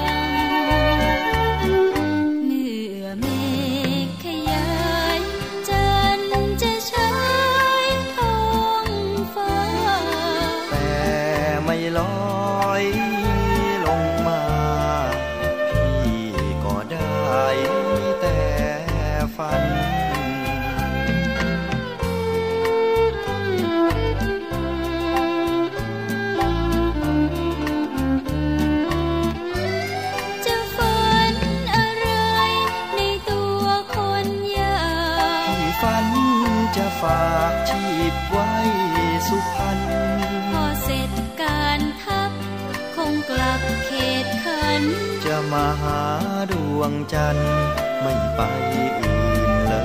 งเมื่อเมฆขยายจันทร์จะฉายท้องฟ้าแต่ไม่ลอยลงมาพี่ก็ได้แต่ฝันจะฝันอะไรในตัวคนยากพี่ฝันจะฝากชีพไว้สุพรรณพอเสร็จการทัพคงกลับเขตขันจะมาหาดวงจันทร์ไม่ไปอื่นเลย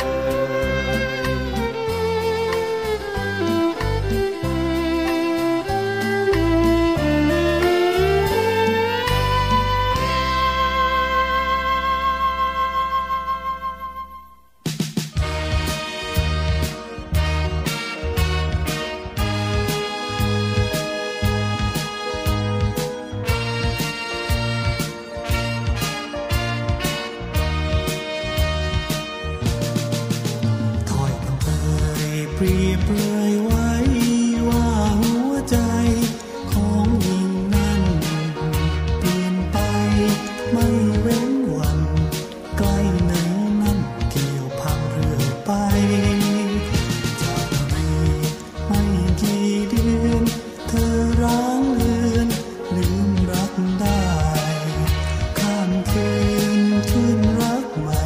เปรียบเลยไว้ว่าหัวใจของหญิงนั้นเปลี่ยนไปไม่เว้นวันใกล้ไหนนั้นเกี่ยวพังเรื่อยไปจากนี้ไม่กี่เดือนเธอร้างเลือนลืมรักได้ข้ามคืนคืนรักใหม่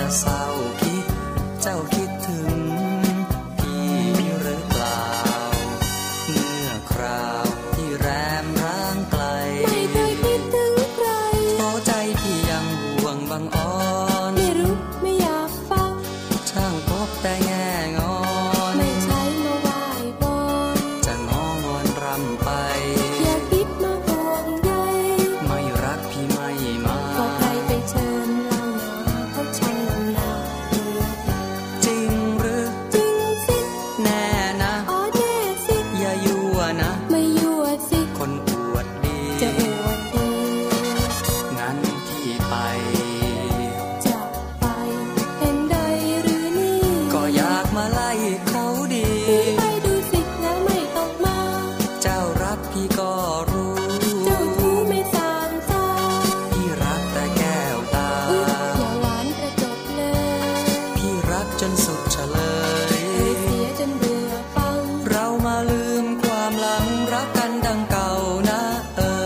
เศร้าคิดเจ้าคิดถึงพี่หรือเปล่าเมื่อคราวที่แรมร้างไกลไม่เคยคิดถึงใครเพราะใจพี่ยังห่วงบังอ่อนไม่รู้ไม่อยากฟังช่างพบแต่แง่งอนไม่ใช่มาไหว้วอนจะงองอนรำไปอย่าคิดมาห่วงใยไม่รักพี่ไม่มาขอใครไปเชิญเราหนาเขาช่างนำหน้าจริงหรือจริงสิแน่นะอ๋อแน่สิอย่ายั่วนะไม่ยั่วสิคนอวดดีจะอวดดีงั้นพี่ไปจะไปเห็นใดหรือนี่ก็อยากมาไล่เขาดีไปดูสิแล้วไม่ต้องมาเจ้ารักพี่ก็รู้เจ้าทูไม่สางตาพี่รักแต่แก้วตาอย่าหวานกระจกเลยพี่รักจนสุดเฉลยเสียจนเบื่อฟังเรามาลืมความหลังรักกันดังเก่านะเออ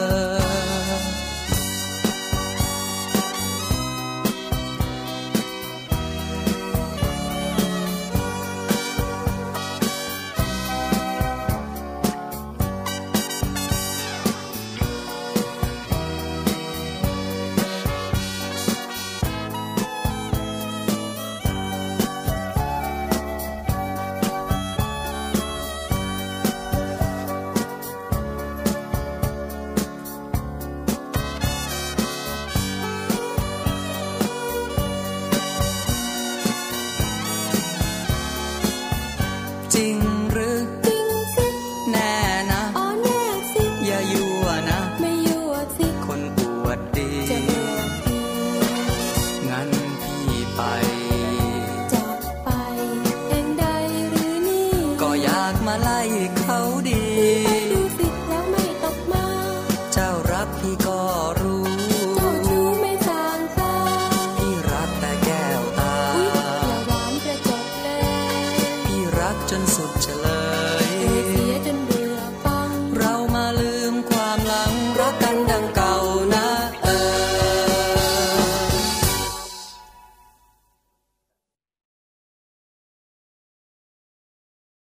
จริงหรือจริงสิแน่นะอ๋อแน่สิอย่ายั่วนะไม่ยั่วสิคนอวดดีจะอวดดีงั้นพี่ไปจะไปเองใดหรือนี่ก็อยากมาไล่เขา